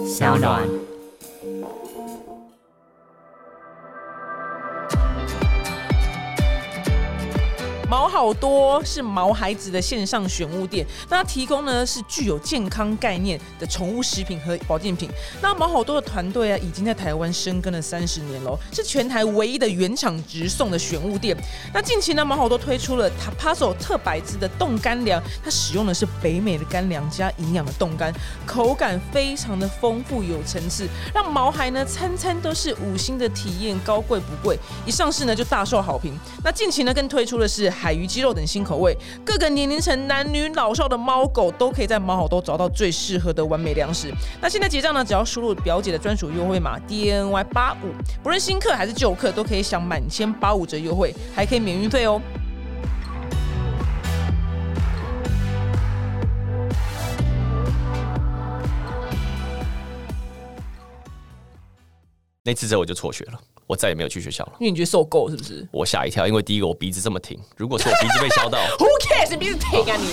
小暖。 毛好多是毛孩子的线上选物店，那它提供呢是具有健康概念的宠物食品和保健品。那毛好多的团队啊，已经在台湾深耕了30年了，是全台唯一的原厂直送的选物店。那近期呢，毛好多推出了 Tapazo 特百滋的冻干粮，它使用的是北美的干粮加营养的冻干，口感非常的丰富有层次，让毛孩呢餐餐都是5星的体验，高贵不贵。一上市呢就大受好评。那近期呢更推出的是海鱼鸡肉等新口味，各个年龄层男女老少的猫狗都可以在毛好多找到最适合的完美粮食。那现在结账呢，只要输入表姐的专属优惠码 DNY85，不论新客还是旧客都可以享满千85折优惠，还可以免运费哦。 那次之后我就辍学了，我再也没有去学校了。 因为你觉得受够是不是？ 我吓一跳，因为第一个我鼻子这么挺，如果是我鼻子被削到 ，Who cares？ 你鼻子挺啊你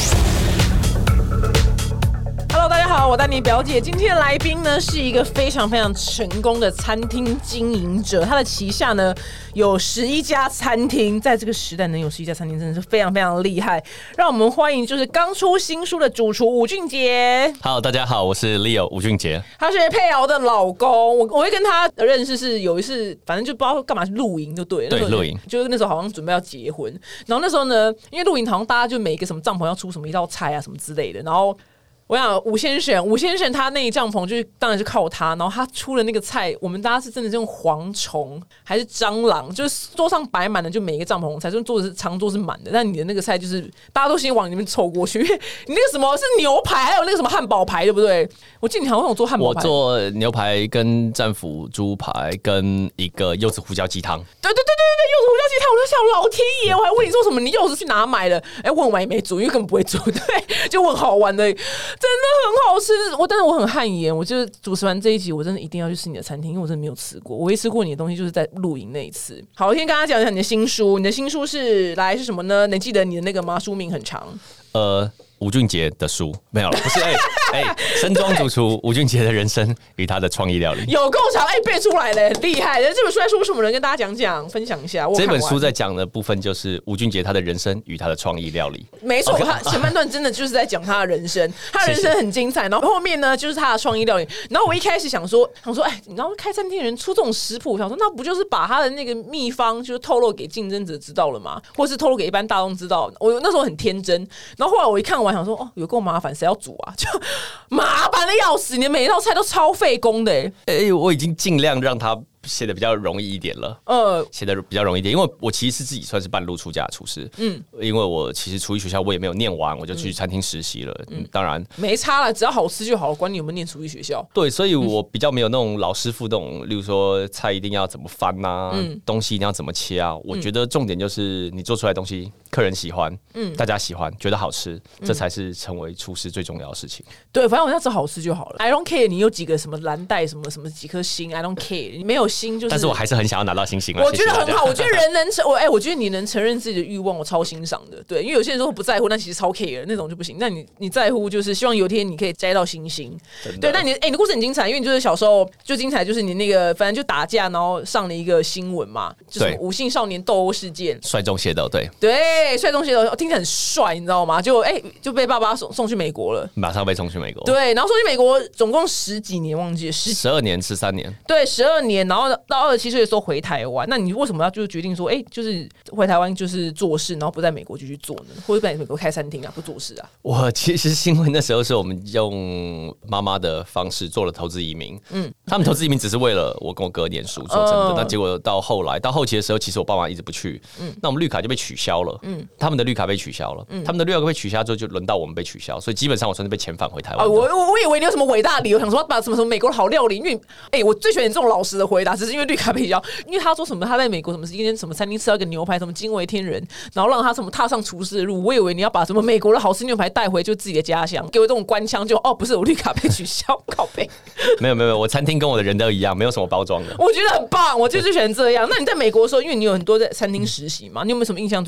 ！Hello， 大家好，我丹妮表姐。今天的来宾呢是一个非常非常成功的餐厅经营者，他的旗下呢有11家餐厅，在这个时代能有11家餐厅真的是非常非常厉害。让我们欢迎就是刚出新书的主厨伍俊杰。 Hello， 大家好，我是 Leo 伍俊杰， 他是佩瑶的老公。我会跟他认识是有一次，反正就不知道干嘛去露营就对了。 对，露营就是那时候好像准备要结婚，然后那时候呢，因为露营好像大家就每一个什么帐篷要出什么一道菜啊什么之类的，然后。我想伍先生他那一帐篷就是当然是靠他，然后他出了那个菜，我们大家是真的是用蝗虫还是蟑螂，就是桌上摆满了，就每一个帐篷菜，就桌子长桌是满的，但你的那个菜就是大家都先往里面凑过去，因为你那个什么是牛排，还有那个什么汉堡排，对不对？我记得你好像有做汉堡排， 我做牛排跟战斧猪排跟一个柚子胡椒鸡汤。 对，柚子胡椒鸡汤，我就想老天爷，我还问你说什么，你柚子去哪买的？问完也没煮，因为根本不会煮，对，就问好玩的。真的很好吃，但是我很汗颜。我就是主持完这一集，我真的一定要去吃你的餐厅，因为我真的没有吃过。我唯一吃过你的东西就是在露营那一次。好，我先跟大家讲一下你的新书。你的新书是什么呢？你记得你的那个吗？书名很长。 伍俊杰的书没有了，不是山庄主厨伍俊杰的人生与他的创意料理，有够长背出来了，很厉害。这本书在说什么呢？跟大家讲，分享一下。 这本书在讲的部分就是伍俊杰他的人生与他的创意料理。 没错，他前半段真的就是在讲他的人生，他的人生很精彩。然后后面呢，就是他的创意料理。然后我一开始想说，你知道开餐厅的人出这种食谱，想说那不就是把他的那个秘方就是透露给竞争者知道了吗？或是透露给一般大众知道？我那时候很天真。然后后来我一看完。想说有够麻烦，谁要煮啊？就麻烦的要死，你的每一道菜都超费工的。 我已经尽量让他写的比较容易一点了，写的比较容易一点，因为我其实是自己算是半路出家的厨师，因为我其实厨艺学校我也没有念完，我就去餐厅实习了，当然没差了，只要好吃就好了，管你有没有念厨艺学校。 对，所以我比较没有那种老师傅那种，例如说菜一定要怎么翻啊，东西一定要怎么切啊，我觉得重点就是你做出来的东西客人喜欢，大家喜欢，觉得好吃，这才是成为厨师最重要的事情。 对，反正我要吃好吃就好了。I don't care 你有几个什么蓝带什么几颗星 ，I don't care 你没有星就是。 但是我还是很想要拿到星星。 我觉得很好，我觉得人能我觉得你能承认自己的欲望，我超欣赏的。对，因为有些人说不在乎，但其实超 care 那种就不行。那你在乎，就是希望有一天你可以摘到星星。对，那你的故事很精彩，因为你就是小时候就精彩，就是你那个反正就打架，然后上了一个新闻嘛，就是五姓少年斗殴事件， 帅中械斗，对， 帅中械斗，听起来很帅，你知道吗？就被爸爸送去美国了， 马上被送去美国。 对，然后送去美国，总共10几年，忘记了 12年、13年， 对，12年，然后到27岁的时候回台湾。那你为什么要就决定说，就是回台湾就是做事，然后不在美国继续做呢？或者在美国开餐厅啊，不做事啊？ 我其实是因为那时候是我们用妈妈的方式做了投资移民，他们投资移民只是为了我跟我哥念书，说真的。那结果到后期的时候，其实我爸妈一直不去，那我们绿卡就被取消了，他们的绿卡被取消了，他们的绿卡被取消之后，就轮到我们被取消，所以基本上我算是被遣返回台湾。 我以为你有什么伟大的理由，想说把什么美国的好料理，因为我最喜欢你这种老实的回答，只是因为绿卡被取消，因为他说什么他在美国什么一间什么餐厅吃到一个牛排，什么惊为天人，然后让他什么踏上厨师的路。我以为你要把什么美国的好吃牛排带回就自己的家乡，给我这种官腔就不是我绿卡被取消，靠北。 没有，我餐厅跟我的人都一样，没有什么包装的。 我觉得很棒，我就最喜欢这样。那你在美国的时候，因为你有很多在餐厅实习嘛，你有没有什么印象最深刻的事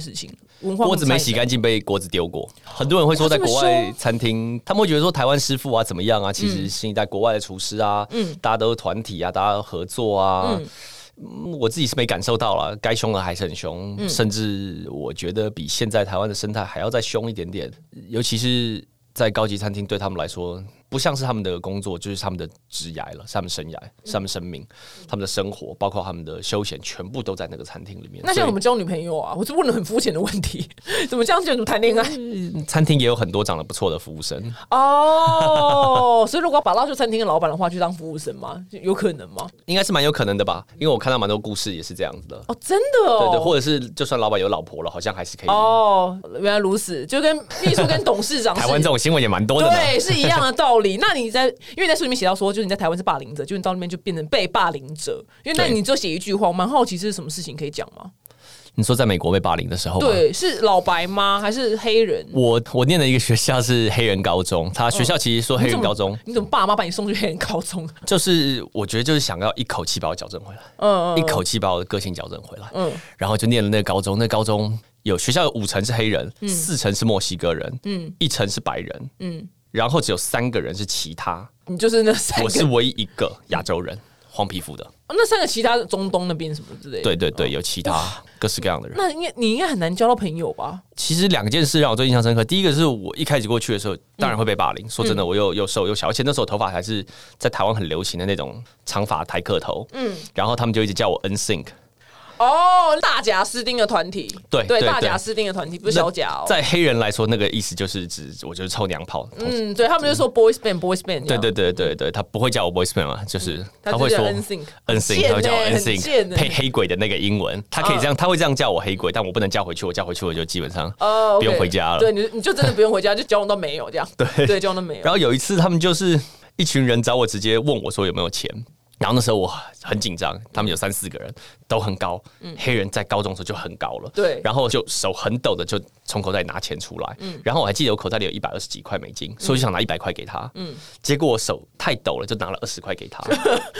事情？文化锅子没洗干净被锅子丢过，很多人会说在国外餐厅，他们会觉得说台湾师傅啊怎么样啊，其实现在国外的厨师啊，大家都是团体啊，大家都合作啊。我自己是没感受到啦，该凶的还是很凶，甚至我觉得比现在台湾的生态还要再凶一点点，尤其是在高级餐厅，对他们来说不像是他们的工作，就是他们的职业了，是他们生涯，是他们生命，他们的生活，包括他们的休闲，全部都在那个餐厅里面。 那像我们交女朋友啊，我是问了很肤浅的问题，怎么这样就怎么谈恋爱？ 餐厅也有很多长得不错的服务生哦，所以如果要把到去餐厅的老板的话，去当服务生吗？有可能吗？ 应该是蛮有可能的吧，因为我看到蛮多故事也是这样子的。 哦，真的哦， 对对，或者是就算老板有老婆了，好像还是可以。 哦，原来如此，就跟秘书跟董事长台湾这种新闻也蛮多的呢， 对，是一样的道理。那你在因为在书里面写到说，就是你在台湾是霸凌者，就你到那边就变成被霸凌者。因为那你就写一句话，我蛮好奇这是什么事情可以讲吗？ 你说在美国被霸凌的时候吗？ 对，是老白吗？还是黑人？我念的一个学校是黑人高中，他学校其实说黑人高中， 你怎么爸妈把你送去黑人高中？ 就是我觉得就是想要一口气把我矫正回来，一口气把我的个性矫正回来，然后就念了那个高中，那高中学校有5成是黑人，4成是墨西哥人，1成是白人，然后只有3个人是其他， 你就是那3个， 我是唯一一个亚洲人，黄皮肤的。 那3个其他的中东那边什么之类的， 对对对，有其他各式各样的人。 那你应该很难交到朋友吧？ 其实2件事让我最印象深刻。第一个是我一开始过去的时候，当然会被霸凌。说真的，我又瘦又小，而且那时候头发还是在台湾很流行的那种长发台客头。然后他们就一直叫我 NSYNC。 哦，大贾斯汀的团体，对，大贾斯汀的团体不是小贾哦。 在黑人来说，那个意思就是指我就是臭娘炮。 对他们就说 boys band，boys band。 对，他不会叫我 boys band 嘛，就是他会说 NSYNC， 他会叫我 NSYNC， 配黑鬼的那个英文，他可以这样，他会这样叫我黑鬼，但我不能叫回去，我叫回去我就基本上不用回家了。 对，你就真的不用回家，就交往到没有这样。对，交往到没有。 然后有一次，他们就是一群人找我，直接问我说有没有钱。然后那时候我很紧张，他们有3-4个人都很高，黑人在高中的时候就很高了， 对， 然后就手很抖的就从口袋里拿钱出来，然后我还记得我口袋里有120几块美金，所以我就想拿100块给他，结果我手太抖了，就拿了20块给他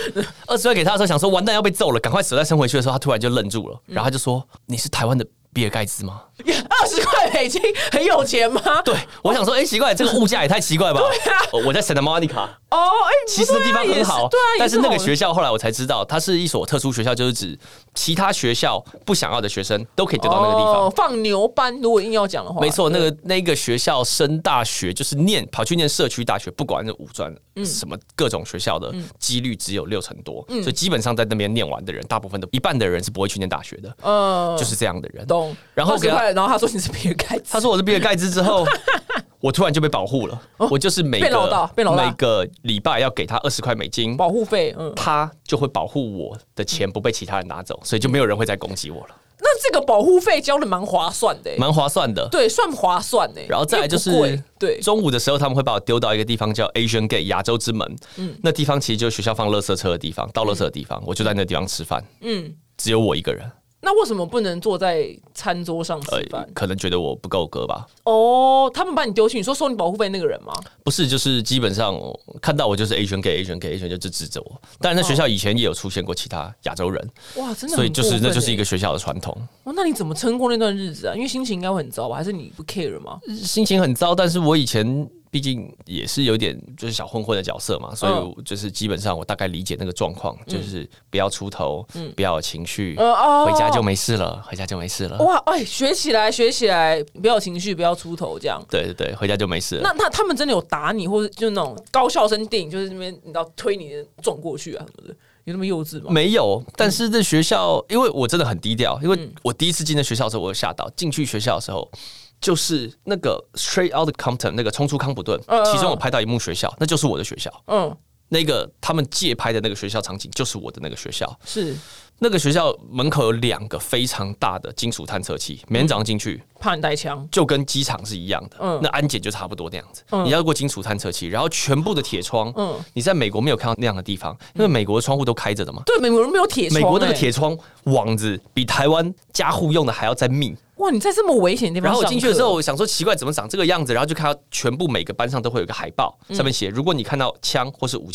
，20块给他的时候想说完蛋要被揍了，赶快手袋伸回去的时候，他突然就愣住了，然后他就说：“你是台湾的比尔盖茨吗 ？”20块美金很有钱吗？ 对，我想说，奇怪，这个物价也太奇怪吧？ 对啊， 我在 Santa Monica。其实那地方很好， 对啊， 但是那个学校后来我才知道，它是一所特殊学校，就是指其他学校不想要的学生都可以丢到那个地方。 放牛班，如果硬要讲的话， 没错，那个学校升大学就是跑去念社区大学，不管是五专什么各种学校的几率只有6成多，所以基本上在那边念完的人，大部分一半的人是不会去念大学的，就是这样的人。 懂。然后他说你是比尔盖茨， 他说我是比尔盖茨之后。我突然就被保护了，我就是每个礼拜要给他20块美金保护费， 他就会保护我的钱不被其他人拿走，所以就没有人会再攻击我了。 那这个保护费交的蛮划算的， 蛮划算的， 对，算划算的。 然后再来就是对中午的时候，他们会把我丢到一个地方叫 Asian Gate 亚洲之门，那地方其实就是学校放垃圾车的地方，倒垃圾的地方，我就在那地方吃饭，只有我一个人。 那为什么不能坐在餐桌上吃饭？ 可能觉得我不够格吧。 他们把你丢去，你说收你保护费那个人吗？ 不是，就是基本上看到我就是 Asian Gay 就指着我。当然，那学校以前也有出现过其他亚洲人。 哇，真的很过分， 所以那就是一个学校的传统。 那你怎么撑过那段日子啊？因为心情应该会很糟吧？还是你不 care 吗？ 心情很糟，但是我以前。毕竟也是有点就是小混混的角色嘛，所以就是基本上我大概理解那个状况，就是不要出头，不要有情绪，回家就没事了，回家就没事了。 哇，学起来，不要有情绪，不要出头，这样。 对，回家就没事了。 那他们真的有打你，或者就那种高校生电影，就是那边你知道推你撞过去啊什么的，有那么幼稚吗？ 没有，但是这学校，因为我真的很低调，因为我第一次进那学校的时候，我有吓到，进去学校的时候。就是那个 Straight Outta Compton 那个冲出康普顿，其中我拍到一幕学校，那就是我的学校。那个他们借拍的那个学校场景就是我的那个学校。是那个学校门口有2个非常大的金属探测器，每天早上进去怕你带枪， 就跟机场是一样的。那安检就差不多那样子。你要过金属探测器，然后全部的铁窗。你在美国没有看到那样的地方，因为美国的窗户都开着的嘛。 对，美国人没有铁窗。 美国那个铁窗网子比台湾家户用的还要再密。 哇！你在这么危险的地方， 然后我进去的时候，我想说奇怪，怎么长这个样子？然后就看到全部每个班上都会有一个海报，上面写：如果你看到枪或是武器，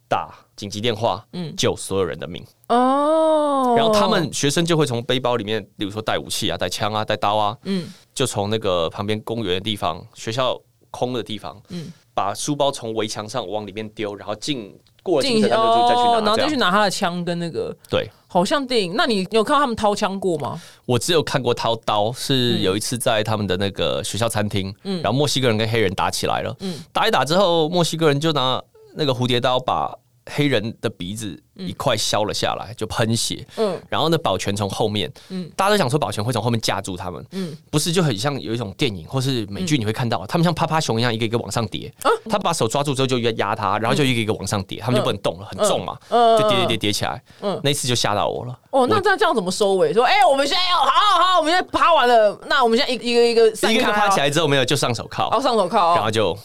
打紧急电话，救所有人的命。然后他们学生就会从背包里面，例如说带武器啊、带枪啊、带刀啊，就从那个旁边公园的地方、学校空的地方，把书包从围墙上往里面丢，然后过了警察站就再去拿， 然后再去拿他的枪跟那个。 对， 好像电影。那你有看到他们掏枪过吗？ 我只有看过掏刀，是有一次在他们的那个学校餐厅，然后墨西哥人跟黑人打起来了，打一打之后，墨西哥人就拿那个蝴蝶刀把黑人的鼻子一块削了下来，就喷血。然后呢，保全从后面，大家都想说保全会从后面架住他们，不是就很像有一种电影或是美剧你会看到，他们像趴趴熊一样一个一个往上叠，他把手抓住之后就压他，然后就一个一个往上叠，他们就不能动了，很重嘛，就叠起来。那一次就吓到我了。 那这样怎么收尾？说我们现在好，我们现在趴完了，那我们现在一个散开， 一个趴起来之后没有就上手铐， 上手铐， 然后就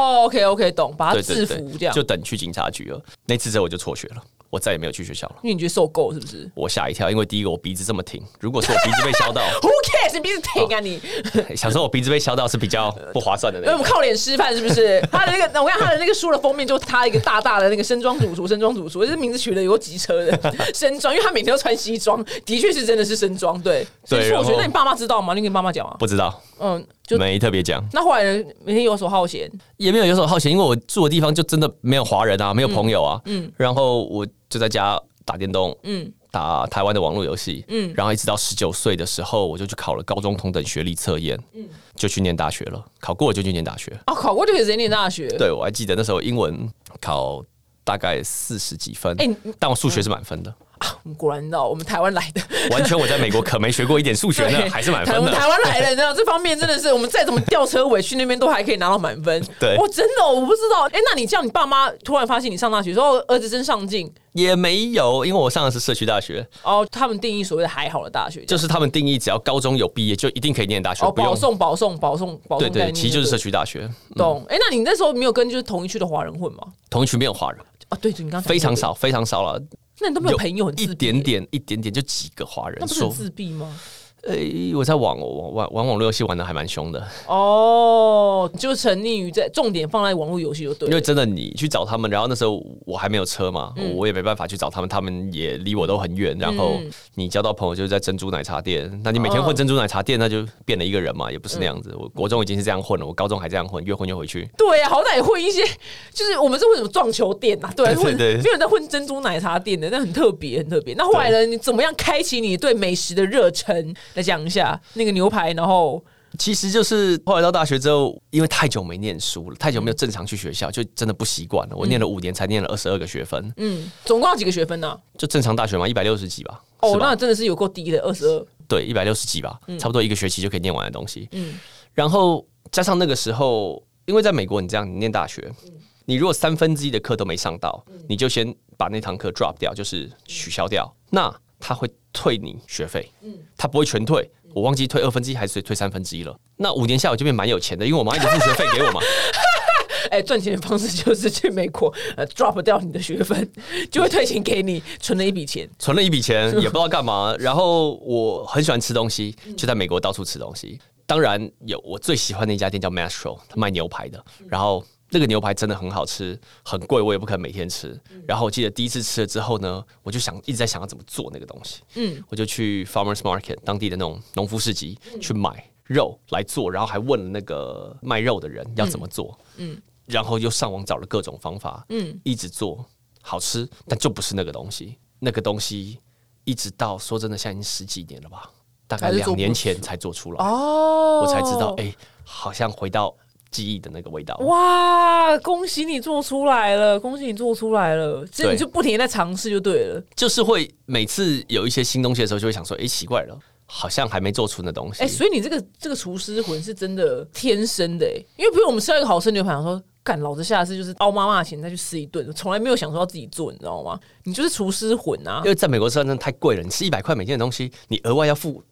OK 懂，把他制服这样， 就等去警察局了。那次之后我就辍学了。我再也没有去学校了， 因为你觉得受够是不是？ 我吓一跳，因为第一个我鼻子这么挺，如果说我鼻子被削到 ，Who cares？ 你鼻子挺啊你？ 想说我鼻子被削到是比较不划算的那个。 我们靠脸吃饭是不是？他的那个，我看他的那个书的封面就他一个大大的那个身装主厨，这名字取的有机车的身装，因为他每天都穿西装，的确是真的是身装。对。所以我觉得你爸妈知道吗？你跟你爸妈讲吗？ 不知道。就没特别讲。 那后来呢？每天游手好闲， 也没有游手好闲，因为我住的地方就真的没有华人啊，没有朋友啊。然后我就在家打电动，打台湾的网络游戏，然后一直到19岁的时候，我就去考了高中同等学历测验，就去念大学了。考过我就去念大学。 考过就可以直接念大学。 对，我还记得那时候英文考大概40几分，但我数学是满分的。 果然，你知道我们台湾来的， 完全我在美国可没学过一点数学呢，还是满分的。 我们台湾来的，你知道这方面真的是，我们再怎么吊车尾去那边都还可以拿到满分。 对， 真的我不知道。那你这样，你爸妈突然发现你上大学之后，儿子真上进？ 也没有，因为我上的是社区大学。 他们定义所谓的还好的大学， 就是他们定义只要高中有毕业就一定可以念大学。 保送。 对，其实就是社区大学。 懂。那你那时候没有跟就是同一区的华人混吗？ 同一区没有华人。 对，你刚才非常少了。 那你都没有朋友，很自闭， 一点点，就几个华人。 那不是很自闭吗？ 我在玩网络游戏玩的还蛮凶的。 就沉溺于在重点放在网络游戏就对了。 因为真的你去找他们，然后那时候我还没有车嘛，我也没办法去找他们，他们也离我都很远。然后你交到朋友就是在珍珠奶茶店，那你每天混珍珠奶茶店，那就变了一个人嘛，也不是那样子。我国中已经是这样混了，我高中还这样混，越混越回去。 对啊，好歹也混一些，就是我们是混什么撞球店啊？对， 对， 没有人在混珍珠奶茶店的，那很特别。那后来呢？你怎么样开启你对美食的热忱？来讲一下那个牛排，然后。 其实就是后来到大学之后，因为太久没念书了，太久没有正常去学校，就真的不习惯了。我念了5年，才念了22个学分。 总共要几个学分呢？ 就正常大学嘛，160几吧。 那真的是有够低的，22。 对，160几吧，差不多1个学期就可以念完的东西。然后加上那个时候，因为在美国，你念大学，你如果1/3的课都没上到，你就先把那堂课 drop 掉，就是取消掉。那他会退你学费，他不会全退。我忘记退1/2还是退1/3了。那5年下来我就变蛮有钱的，因为我妈一直付学费给我嘛。 赚钱的方式就是去美国drop 掉你的学分，就会退钱给你，存了一笔钱，也不知道干嘛。然后我很喜欢吃东西，就在美国到处吃东西。当然有我最喜欢的一家店叫 Mastro， 他卖牛排的，然后。那个牛排真的很好吃，很贵，我也不可能每天吃。然后我记得第一次吃了之后呢，我就一直在想要怎么做那个东西。我就去 Farmers Market 当地的那种农夫市集去买肉来做，然后还问了那个卖肉的人要怎么做。然后又上网找了各种方法，一直做，好吃，但就不是那个东西。那个东西一直到说真的，现在已经10几年了吧，大概2年前才做出来。我才知道，好像回到。记忆的那个味道。 哇！恭喜你做出来了，这你就不停地在尝试就对了。 就是会每次有一些新东西的时候，就会想说，奇怪了，好像还没做出那东西。 所以你这个厨师魂是真的天生的。因为比如我们吃到一个好吃的牛排，想说干，老子下次就是凹妈妈的钱再去吃一顿，从来没有想说要自己做，你知道吗？你就是厨师魂啊！ 因为在美国吃真的太贵了，你吃100块美金的东西，你额外要付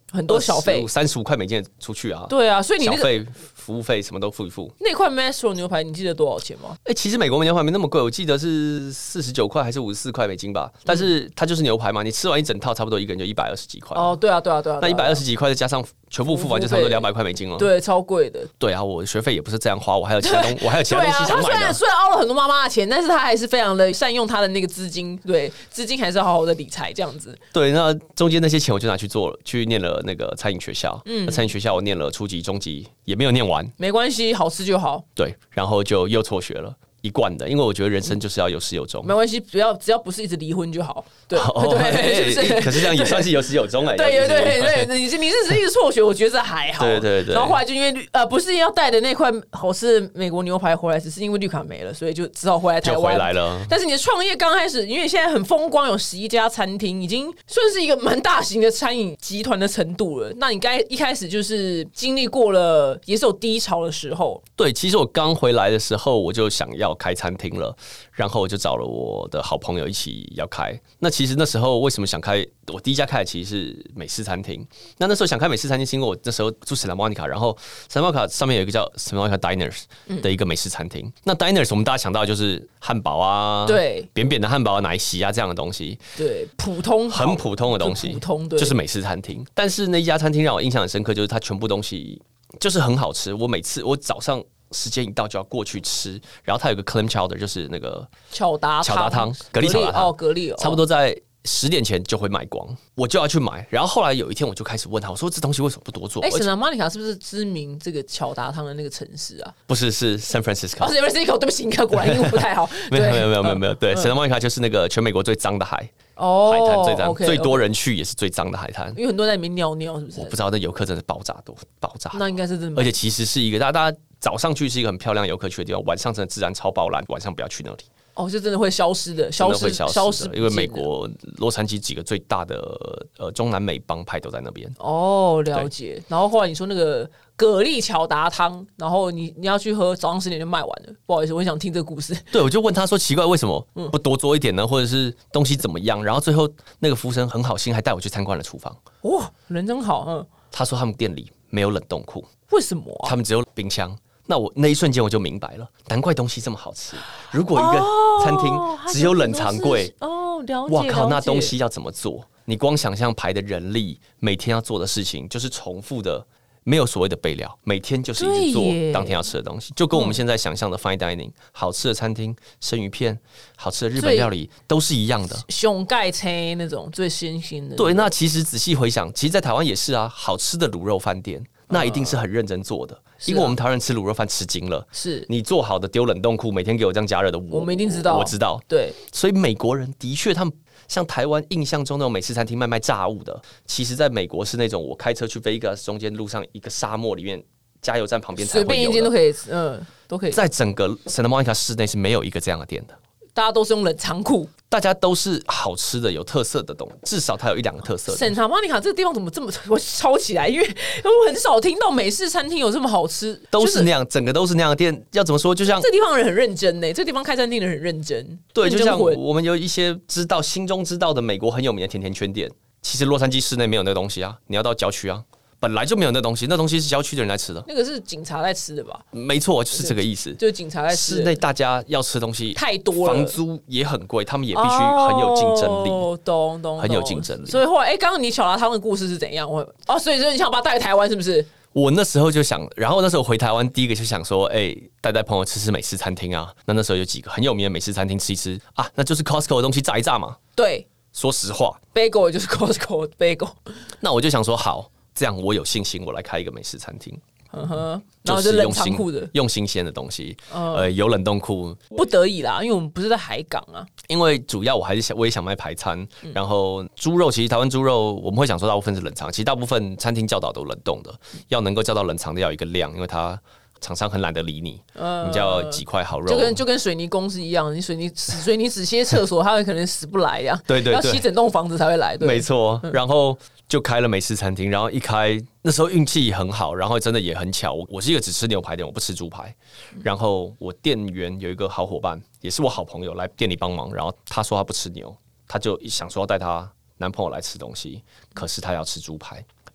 很多小费 ，35块美金出去啊。 对啊，所以你那个小费、服务费什么都付一付。 那块 Mastro 牛排你记得多少钱吗？ 其实美国牛排没那么贵，我记得是49块还是54块美金吧。但是它就是牛排嘛，你吃完一整套，差不多一个人就120几块。 哦，对啊。那 120几块再加上全部付完，就差不多200块美金了。 对，超贵的。 对啊，我的学费也不是这样花，我还有其他东西想买的。 他虽然凹了很多妈妈的钱，但是他还是非常的善用他的那个资金，对，资金还是要好好的理财这样子。 对，那中间那些钱我就拿去念了那个餐饮学校。餐饮学校我念了初级、中级，也没有念完， 没关系，好吃就好。 对，然后就又辍学了。一贯的，因为我觉得人生就是要有始有终， 没关系，只要不是一直离婚就好。对， 可是这样也算是有始有终对，你是一直辍学，我觉得这还好。 对。 然后后来就因为不是要带的那块好吃的美国牛排回来，只是因为绿卡没了，所以就只好回来台湾。 就回来了。 但是你的创业刚开始，因为现在很风光，有11家餐厅，已经算是一个蛮大型的餐饮集团的程度了。那你一开始就是经历过了，也是有低潮的时候。 对，其实我刚回来的时候，我就想要开餐厅了，然后我就找了我的好朋友一起要开。那其实那时候为什么想开？我第一家开的其实是美式餐厅。那时候想开美式餐厅，是因为我那时候住 Santa Monica， 然後 Santa Monica 上面有一个叫 Santa Monica Diners 的一个美式餐厅。那 Diners 我们大家想到的就是汉堡啊， 对， 扁扁的汉堡、奶昔啊这样的东西， 对，很普通的东西，就是美式餐厅。但是那一家餐厅让我印象很深刻，就是它全部东西就是很好吃。每次我早上时间一到就要过去吃，然后它有个 clam chowder， 就是那个巧达汤， 蛤蜊巧达汤， 蛤蜊， 差不多在10点前就会卖光，我就要去买。然后后来有一天我就开始问他，我说这东西为什么不多做 ？Santa Monica 是不是知名这个巧达汤的那个城市啊？ 不是，是 San Francisco。 San Francisco， 对不起，你看果然英文不太好。 没有，对，Santa Monica 就是那个全美国最脏的海滩，最脏，最多人去也是最脏的海滩， 因为很多人在里面尿尿，是不是？ 我不知道，那游客真的是爆炸。 那应该是真的， 而且其实是一个大家早上去是一个很漂亮游客去的地方，晚上真的治安超爆烂，晚上不要去那里。 就真的会消失的，消失， 因为美国洛杉矶几个最大的中南美帮派都在那边。 了解。然后后来你说那个蛤蜊巧达汤，然后你要去喝，早上10点就卖完了。不好意思，我很想听这个故事。 对，我就问他说奇怪，为什么不多做一点呢？或者是东西怎么样？然后最后那个服务生很好心，还带我去参观了厨房。 人真好。 他说他们店里没有冷冻库， 为什么啊？ 他们只有冰箱。那我那一瞬间我就明白了，难怪东西这么好吃。如果一个餐厅只有冷藏柜， 了解。 哇靠，那东西要怎么做？你光想象排的人力，每天要做的事情就是重复的，没有所谓的备料，每天就是一直做当天要吃的东西，就跟我们现在想象的 fine dining 好吃的餐厅、生鱼片、好吃的日本料理都是一样的。 熊盖菜那种最新鲜的。 对，那其实仔细回想，其实，在台湾也是啊，好吃的卤肉饭店。那一定是很认真做的，因为我们台湾人吃卤肉饭吃精了。 是你做好的丢冷冻库，每天给我这样加热的， 我们一定知道， 我知道。 对， 所以美国人的确，他们像台湾印象中那种美式餐厅卖炸物的，其实在美国是那种我开车去 Vegas 中间路上一个沙漠里面，加油站旁边才会有的， 随便一间都可以，都可以。 在整个 Santa Monica 市内是没有一个这样的店的。 大家都是用冷藏库， 大家都是好吃的、有特色的东西，至少它有1-2个特色的。 Santa Monica 这个地方怎么这么我抄起来？因为我很少听到美式餐厅有这么好吃， 都是那样，整个都是那样的店。要怎么说？就像这地方人很认真呢，这地方开餐厅的人很认真。 对，就像我们有一些心中知道的美国很有名的甜甜圈店，其实洛杉矶市内没有那个东西啊，你要到郊区啊。本来就没有那东西，那东西是郊区的人来吃的。 那个是警察在吃的吧？ 没错，就是这个意思。 就是警察在吃。 室内大家要吃的东西太多了， 房租也很贵，他们也必须很有竞争力。 懂， 很有竞争力。 所以后来，刚刚你巧达汤的故事是怎样？所以你想把它带来台湾是不是？ 我那时候就想，然后那时候回台湾，第一个就想说，带朋友吃美式餐厅啊。那时候有几个很有名的美式餐厅吃一吃啊，那就是 Costco 的东西炸一炸嘛。 对， 说实话 ，Bagel 就是 Costco 的 Bagel。 那我就想说，好。这样我有信心，我来开一个美式餐厅。 然后就冷藏库的， 用新鲜的东西，有冷冻库， 不得已啦，因为我们不是在海港啊。 因为主要我也想卖排餐，然后猪肉其实台湾猪肉我们会想说大部分是冷藏，其实大部分餐厅教导都冷冻的，要能够叫到冷藏的要有一个量，因为它厂商很懒得理你，你叫几块好肉， 就跟水泥工是一样，你水泥只歇厕所，他可能死不来呀， 对， 要吸整栋房子才会来，对， 没错，然后。就开了美式餐厅，然后一开那时候运气很好，然后真的也很巧，我是一个只吃牛排店，我不吃猪排。然后我店员有一个好伙伴，也是我好朋友来店里帮忙，然后他说他不吃牛，他就想说要带他男朋友来吃东西，可是他要吃猪排。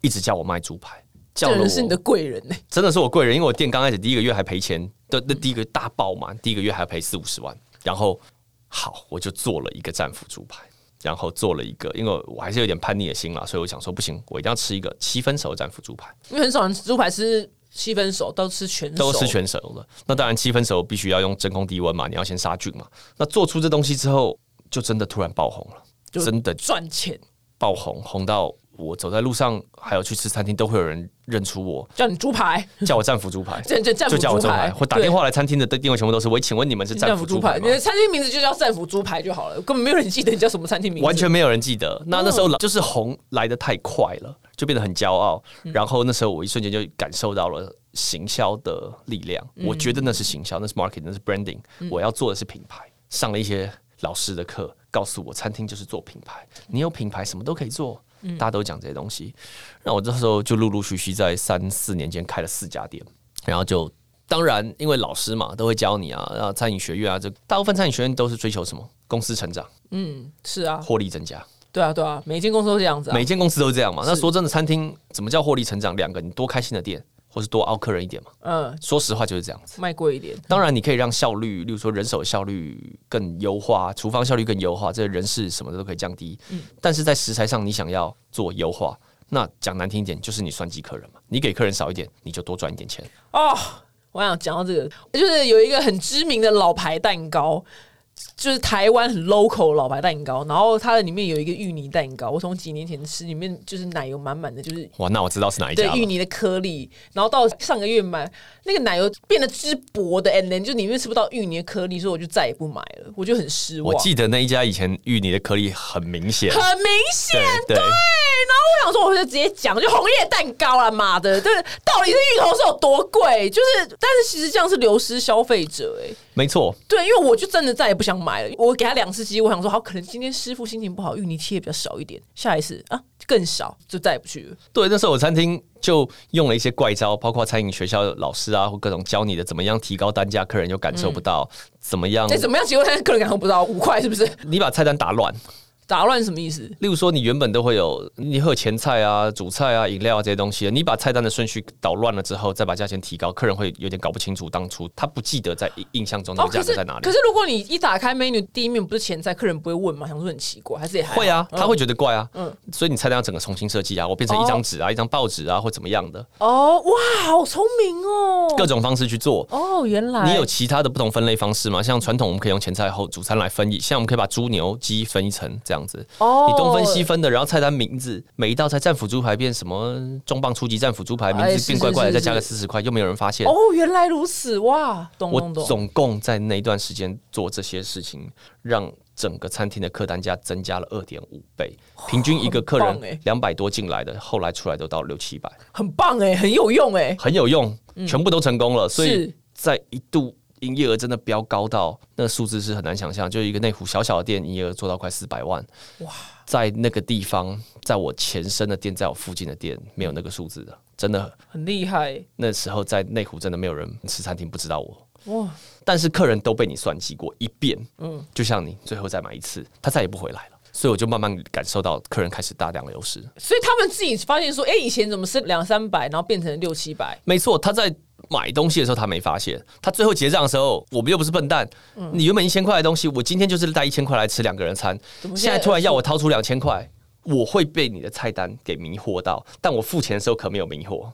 一直叫我卖猪排。 这人是你的贵人欸， 真的是我贵人，因为我店刚开始第一个月还赔钱，第一个大爆嘛，第一个月还要赔40-50万。然后好，我就做了一个战斧猪排，然后做了一个，因为我还是有点叛逆的心啦，所以我想说不行，我一定要吃一个7分熟的战斧猪排， 因为很少人猪排吃7分熟，都吃全熟， 都吃全熟的。那当然7分熟必须要用真空低温嘛，你要先杀菌嘛。那做出这东西之后，就真的突然爆红了，真的赚钱， 爆红，红到我走在路上，还有去吃餐厅，都会有人认出我， 叫你猪排， 叫我战斧猪排， 就叫我猪排。或打电话来餐厅的定位全部都是：喂，请问你们是战斧猪排吗？ 你的餐厅名字就叫战斧猪排就好了，根本没有人记得你叫什么餐厅名字， 完全没有人记得。那时候就是红来得太快了，就变得很骄傲。然后那时候我一瞬间就感受到了行销的力量，我觉得那是行销，那是 marketing， 那是 branding。我要做的是品牌，上了一些老师的课，告诉我餐厅就是做品牌，你有品牌什么都可以做。大家都讲这些东西，那我这时候就陆陆续续在3-4年间开了4家店，然后就当然因为老师嘛都会教你啊，餐饮学院啊，这大部分餐饮学院都是追求什么公司成长， 是啊， 获利增加， 对啊，每间公司都这样子， 每间公司都这样嘛。那说真的，餐厅怎么叫获利成长？2个，你多开新的店，或是多凹客人一点嘛。说实话就是这样子， 卖贵一点。 当然你可以让效率，例如说人手效率更优化，厨房效率更优化，这人事什么的都可以降低。但是在食材上你想要做优化，那讲难听一点就是你算计客人嘛，你给客人少一点，你就多赚一点钱。 我想讲到这个，就是有一个很知名的老牌蛋糕。就是台湾很 local 老牌蛋糕，然后它的里面有一个芋泥蛋糕，我从几年前吃，里面就是奶油满满的，就是哇，那我知道是哪一家了。 对，芋泥的颗粒，然后到上个月买那个奶油变得之薄的 ，and then 就里面吃不到芋泥的颗粒，所以我就再也不买了，我就很失望。 我记得那一家以前芋泥的颗粒很明显， 很明显，对。然后我想说，我就直接讲，就红叶蛋糕啦，妈的，对，到底是芋头是有多贵？就是，但是其实这样是流失消费者， 没错， 对，因为我就真的再也不想买了。我给他2次机会，我想说，好，可能今天师傅心情不好，芋泥切比较少一点，下一次啊更少，就再也不去了。 对，那时候我餐厅就用了一些怪招，包括餐饮学校的老师啊，或各种教你的怎么样提高单价，客人又感受不到，怎么样？ 怎么样提高单价，客人感受不到？5块是不是？ 你把菜单打乱。 打乱什么意思？ 例如说，你原本都会有，你会有前菜啊、主菜啊、饮料啊这些东西，你把菜单的顺序捣乱了之后，再把价钱提高，客人会有点搞不清楚当初他不记得在印象中那个价格在哪里。 可是如果你一打开 menu 第一面不是前菜，客人不会问吗？想说很奇怪，还是也还好会啊，他会觉得怪啊。所以你菜单要整个重新设计啊，我变成一张纸啊、一张报纸啊，或怎么样的。 哇，好聪明哦！ 各种方式去做。 原来你有其他的不同分类方式吗？像传统我们可以用前菜后主餐来分一，像我们可以把猪牛鸡分一层这样子。东分西分的，然后菜单名字每一道菜战斧猪排变什么重磅初级战斧猪排，名字变怪怪的，再加个40块，又没有人发现。 原来如此，哇！ 我总共在那一段时间做这些事情，让整个餐厅的客单价增加了2.5倍，平均一个客人200多进来的，后来出来都到600-700， 很棒很有用很有用，全部都成功了，所以在一度。营业额真的飙高到那个数字是很难想象，就一个内湖小小的店，营业额做到快400万。哇！在那个地方，在我前身的店，在我附近的店，没有那个数字的，真的很厉害。 那时候在内湖真的没有人吃餐厅不知道我。哇！但是客人都被你算计过一遍，就像你最后再买一次，他再也不回来了。所以我就慢慢感受到客人开始大量流失。所以他们自己发现说，以前怎么是200-300，然后变成600-700？ 没错，他在买东西的时候他没发现，他最后结账的时候，我们又不是笨蛋。你原本1000块的东西，我今天就是带1000块来吃2个人餐，现在突然要我掏出2000块，我会被你的菜单给迷惑到，但我付钱的时候可没有迷惑。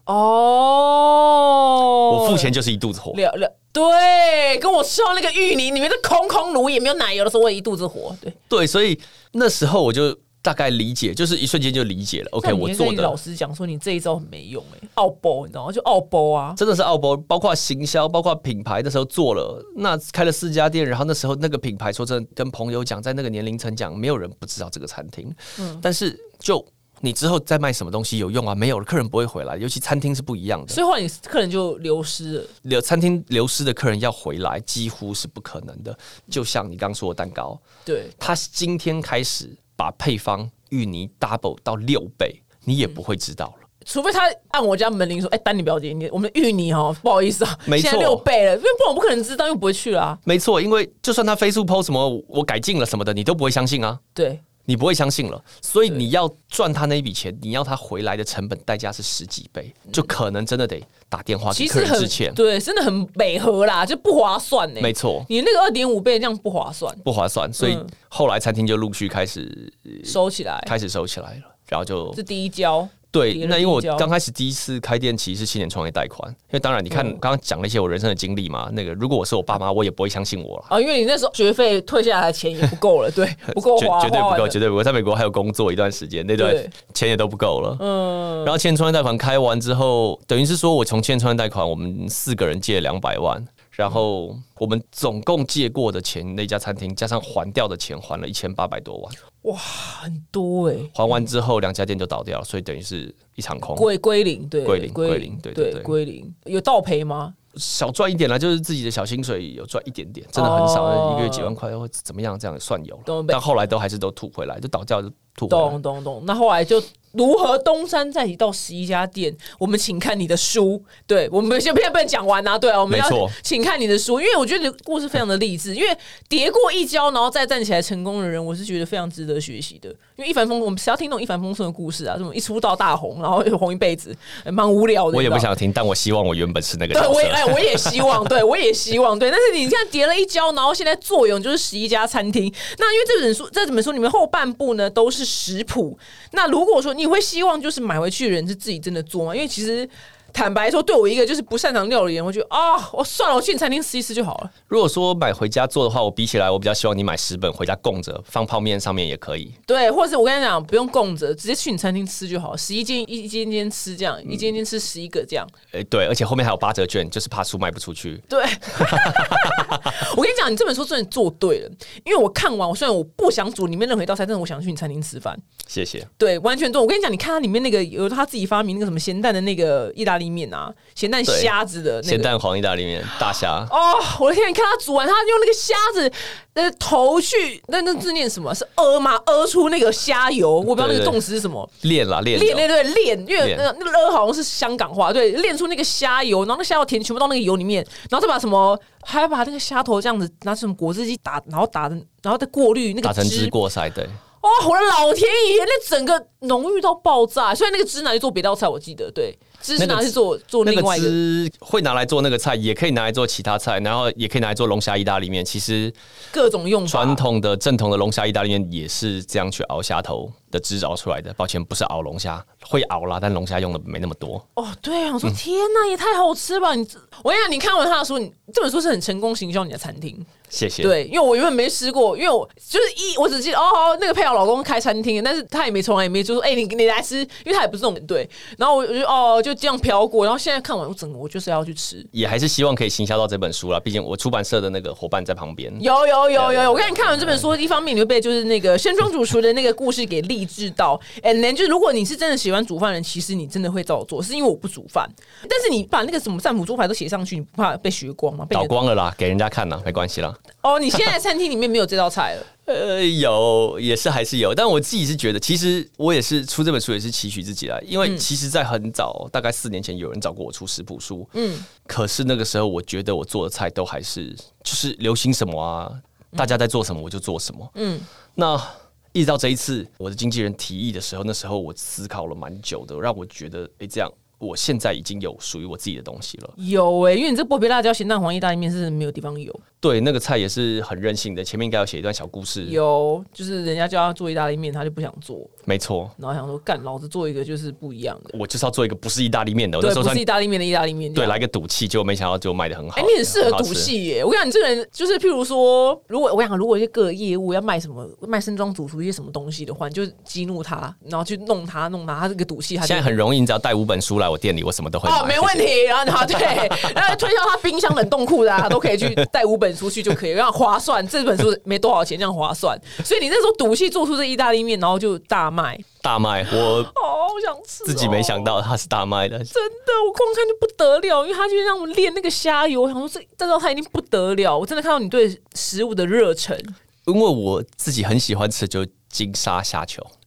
我付钱就是一肚子火。 对，跟我吃到那个芋泥里面的空炉也没有奶油的时候，我也一肚子火。 对，所以那时候我就大概理解，就是一瞬间就理解了。OK， 我做的。 老师讲说你这一招很没用奥包，你知道吗？就奥包啊， 真的是奥包，包括行销，包括品牌，那时候做了，那开了4家店，然后那时候那个品牌，说真的，跟朋友讲，在那个年龄层讲，没有人不知道这个餐厅。但是就。你之后再卖什么东西有用啊？没有了，客人不会回来，尤其餐厅是不一样的。 所以后来你客人就流失了。 餐厅流失的客人要回来，几乎是不可能的。就像你刚说的蛋糕， 对， 他今天开始把配方芋泥 double 到6倍，你也不会知道了。 除非他按我家门铃说：“丹尼表姐，我们的芋泥不好意思啊， 没错， 现在6倍了，因为不然我不可能知道，因为不会去啦。 没错，因为就算他Facebook post 什么我改进了什么的，你都不会相信啊。 对。 你不会相信了。所以你要赚他那一笔钱，你要他回来的成本代价是10几倍，就可能真的得打电话给客人之前， 对，真的很违和啦，就不划算呢。 没错， 你那个2.5倍这样不划算， 不划算。所以后来餐厅就陆续开始收起来了， 然后就第一交。 对，那因为我刚开始第一次开店，其实是青年创业贷款。因为当然，你看刚刚讲了一些我人生的经历嘛，那个如果我是我爸妈，我也不会相信我了啊，因为你那时候学费退下来的钱也不够了，对，不够花， 绝对不够，绝对不够。在美国还有工作一段时间，那段钱也都不够了。然后青年创业贷款开完之后，等于是说我从青年创业贷款，我们4个人借了200万。然后我们总共借过的钱，那家餐厅加上还掉的钱，还了1800多万。 哇，很多哎！ 还完之后，2家店就倒掉了，所以等于是一场空， 归零，对， 归零，对， 归零。有倒赔吗？ 小赚一点啦，就是自己的小薪水有赚一点点，真的很少，一个月几万块或怎么样，这样算有了。但后来都还是都吐回来，就倒掉就吐回来。 懂。那后来就如何东山再起到11家店？我们请看你的书。对，我们先不能讲完啊。对啊，我们要请看你的书，因为我觉得你的故事非常的励志。因为跌过一跤，然后再站起来成功的人，我是觉得非常值得学习的。因为我们谁要听那种一帆风顺的故事啊？什么一出道大红，然后红一辈子，蛮无聊的。 我也不想听，但我希望我原本是那个角色。 对，我也希望，对我也希望，对。但是你现在跌了一跤，然后现在坐拥就是11家餐厅。那因为这本书里面后半部呢都是食谱。那如果说你会希望就是买回去的人是自己真的做吗？因为其实坦白说，对我一个就是不擅长料理的人，我觉得我算了，我去你餐厅吃一吃就好了。如果说买回家做的话，我比起来，我比较希望你买10本回家供着，放泡面上面也可以。 对，或者是我跟你讲，不用供着，直接去你餐厅吃就好，11间一间吃这样，一间间吃11个这样。 对，而且后面还有8折券，就是怕书卖不出去。 对，我跟你讲，你这本书真的做对了，因为我看完，虽然我不想煮里面任何一道菜，但是我想去你餐厅吃饭。 谢谢。 对，完全对。我跟你讲，你看它里面那个有他自己发明那个什么咸蛋的那个意大利面啊，咸蛋虾子的那个咸蛋黄意大利面，大虾。 我的天！你看他煮完，他用那个虾子的头去，那字念什么？是吗？出那个虾油，我不知道那个动词是什么。 炼， 因为那个好像是香港话，对，炼出那个虾油，然后那虾油填全部到那个油里面，然后再把什么，还要把那个虾头这样子拿什么果汁机打，然后再过滤那个打成汁过筛，对。 我的老天爷，那整个浓郁到爆炸！虽然那个汁拿去做别道菜，我记得对，汁是拿去做另外一个， 那个汁会拿来做那个菜，也可以拿来做其他菜，然后也可以拿来做龙虾意大利面。其实各种用法， 传统的正统的龙虾意大利面也是这样去熬虾头的汁熬出来的。抱歉，不是熬龙虾，会熬啦，但龙虾用的没那么多。 对啊，我说天哪，也太好吃吧！我跟你讲，你看完他的书，这本书是很成功行销你的餐厅。 谢谢。 对，因为我原本没吃过，因为我就是我只记得那个佩瑶老公开餐厅，但是他也从来也没就说你来吃，因为他也不是那种人对。然后我就就这样飘过，然后现在看完我就是要去吃， 也还是希望可以行销到这本书啦。毕竟我出版社的那个伙伴在旁边。 有，我看你看完这本书，一方面你会被就是那个山庄主厨的那个故事给励志到，and then 就是如果你是真的喜欢煮饭的人，其实你真的会照做，是因为我不煮饭，但是你把那个什么占卜猪排都写上去，你不怕被学光吗？ 倒光了啦，给人家看啦，没关系啦。 你现在餐厅里面没有这道菜了？ 有，也是还是有，但我自己是觉得，其实我也是出这本书也是期许自己啦，因为其实，在很早，大概4年前，有人找过我出食谱书，可是那个时候，我觉得我做的菜都还是就是流行什么啊，大家在做什么我就做什么，那一直到这一次，我的经纪人提议的时候，那时候我思考了蛮久的，让我觉得，这样。我现在已经有属于我自己的东西了。 有因为你这薄皮辣椒咸蛋黄意大利面是没有地方有。 对，那个菜也是很任性的，前面应该要写一段小故事。 有，就是人家叫他做意大利面，他就不想做。 没错。 然后想说，干，老子做一个就是不一样的。 我就是要做一个不是意大利面的。 对，不是意大利面的意大利面。 对，来个赌气，结果没想到就卖得很好。 你很适合赌气耶！我跟你讲，你这个人就是，譬如说，如果一些各业务要卖什么，卖生装主厨一些什么东西的话，你就激怒他，然后去弄他，他这个赌气。 现在很容易，你只要带5本书来我店里，我什么都会买。 没问题。然后对，然后推销他冰箱冷冻库的，都可以去带5本书去就可以，然后划算。这本书没多少钱，这样划算。所以你那时候赌气做出这意大利面，然后就大卖。我好想吃， 自己没想到它是大卖的， 真的，我光看就不得了，因为他就让我练那个虾油，我想说这道菜一定不得了。我真的看到你对食物的热忱， 因为我自己很喜欢吃就金沙虾球。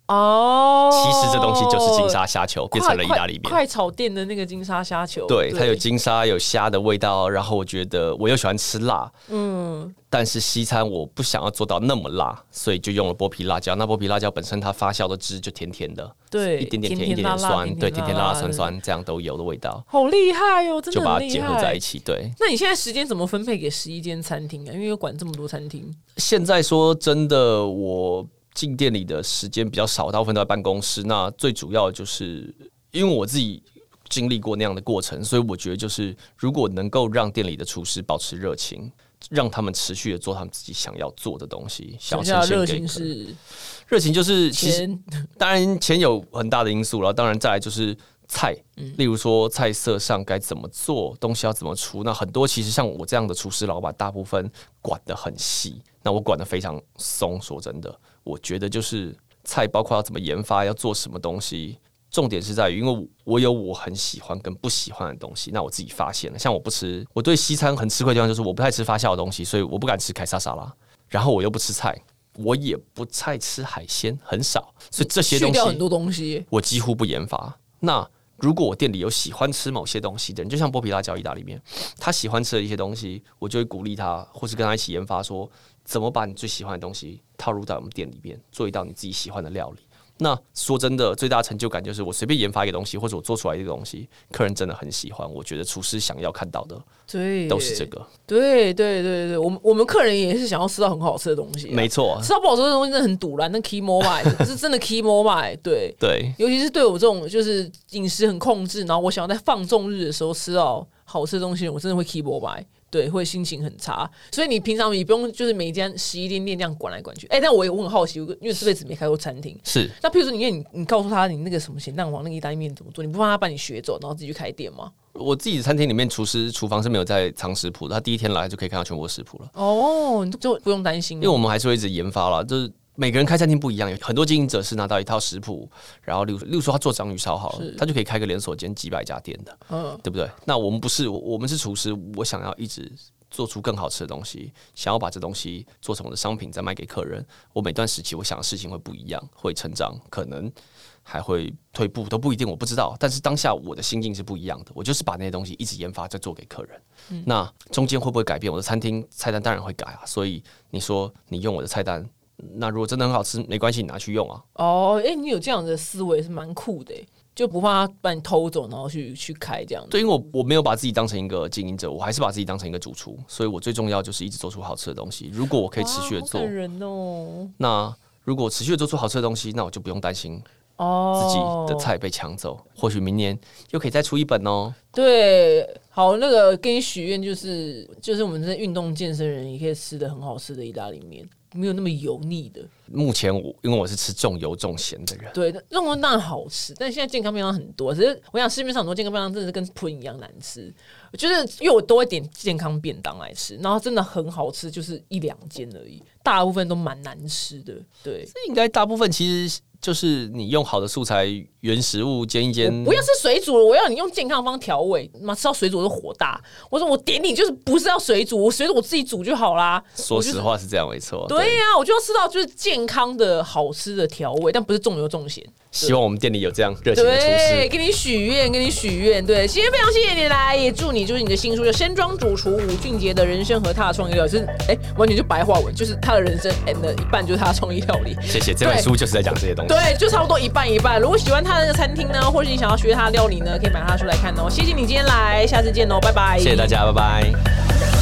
哦， 其实这东西就是金沙虾球变成了意大利面， 快炒店的那个金沙虾球， 对，它有金沙有虾的味道，然后我觉得我又喜欢吃辣，但是西餐我不想要做到那么辣，所以就用了剥皮辣椒。那剥皮辣椒本身它发酵的汁就甜甜的， 对， 一点点甜，一点点酸，对，甜甜辣辣酸酸，这样都有的味道， 好厉害哦，真的就把它结合在一起。对， 那你现在时间怎么分配给11间餐厅啊？因为有管这么多餐厅。 现在说真的，我进店里的时间比较少，大部分都在办公室。那最主要就是因为我自己经历过那样的过程，所以我觉得就是如果能够让店里的厨师保持热情，让他们持续的做他们自己想要做的东西，想要呈现给客人。热情就是其实当然钱有很大的因素了，当然再来就是菜，例如说菜色上该怎么做，东西要怎么出。那很多其实像我这样的厨师老板，大部分管得很细，那我管得非常松。说真的，我觉得就是菜包括要怎么研发，要做什么东西。重点是在于，因为我有我很喜欢跟不喜欢的东西，那我自己发现了。像我对西餐很吃亏的地方就是我不太吃发酵的东西，所以我不敢吃凯撒沙拉。然后我又不吃菜，我也不太吃海鲜，很少，所以这些东西去掉很多东西， 我几乎不研发。那如果我店里有喜欢吃某些东西的人，就像剥皮辣椒意大利面，他喜欢吃的一些东西，我就会鼓励他，或是跟他一起研发，说怎么把你最喜欢的东西套入到我们店里面，做一道你自己喜欢的料理。那说真的，最大的成就感就是我随便研发一个东西，或者我做出来一个东西，客人真的很喜欢。我觉得厨师想要看到的，对，都是这个。 对，我们客人也是想要吃到很好吃的东西， 没错。 吃到不好吃的东西真的很堵烂，那 key more buy 是真的 key more buy， 对，尤其是对我这种就是饮食很控制，然后我想要在放纵日的时候吃到好吃的东西，我真的会 key more buy。对，会心情很差，所以你平常也不用就是每一间11间店这样管来管去。但我很好奇，因为这辈子没开过餐厅， 是。 那譬如说你告诉他你那个什么咸蛋黄那个意大利面怎么做，你不帮他帮你学走，然后自己去开店吗？ 我自己的餐厅里面厨房是没有在藏食谱的，他第一天来就可以看到全部的食谱了。 哦，你就不用担心， 因为我们还是会一直研发啦，就是每个人开餐厅不一样，有很多经营者是拿到一套食谱，然后例如说他做章鱼烧好了，他就可以开个连锁店几百家店的，对不对？那我们不是，我们是厨师，我想要一直做出更好吃的东西，想要把这东西做成我的商品再卖给客人。我每段时期我想的事情会不一样，会成长，可能还会退步，都不一定，我不知道。但是当下我的心境是不一样的，我就是把那些东西一直研发再做给客人。那中间会不会改变我的餐厅菜单？当然会改啊。所以你说你用我的菜单，那如果真的很好吃，没关系，你拿去用啊。 你有这样的思维是蛮酷的。就不怕他把你偷走，然后去开这样子。 对，因为我没有把自己当成一个经营者，我还是把自己当成一个主厨，所以我最重要就是一直做出好吃的东西。如果我可以持续的做， 好感人哦。 那如果持续的做出好吃的东西，那我就不用担心自己的菜被抢走。或许明年又可以再出一本哦。 对，好，那个给你许愿就是我们这运动健身人也可以吃的很好吃的意大利面。没有那么油腻的。 目前因为我是吃重油重咸的人， 对，重油当然好吃，但是现在健康便当很多，只是我想市面上很多健康便当真的是跟喷一样难吃。就是因为我都会点健康便当来吃，然后真的很好吃，就是1-2间而已，大部分都蛮难吃的。对， 这应该大部分其实就是你用好的素材、原食物煎一煎。 我不要吃水煮了，我要你用健康方调味。妈，吃到水煮我都火大。我说我点你就是不是要水煮，我水煮我自己煮就好啦。 说实话是这样没错。 对呀，我就要吃到就是健康的好吃的调味，但不是重油重咸。 希望我们店里有这样热情的厨师。 对，给你许愿，给你许愿。对，今天非常谢谢你来，也祝你就是你的新书《山庄主厨伍俊杰的人生和他的创意料理》，就是完全就白话文，就是他的人生 and 一半就是他的创意料理。 谢谢，这本书就是在讲这些东西。 对，就差不多一半一半。如果喜欢他的那个餐厅呢，或是你想要学他的料理呢，可以买他的书来看哦。谢谢你今天来，下次见哦，拜拜。 谢谢大家，拜拜。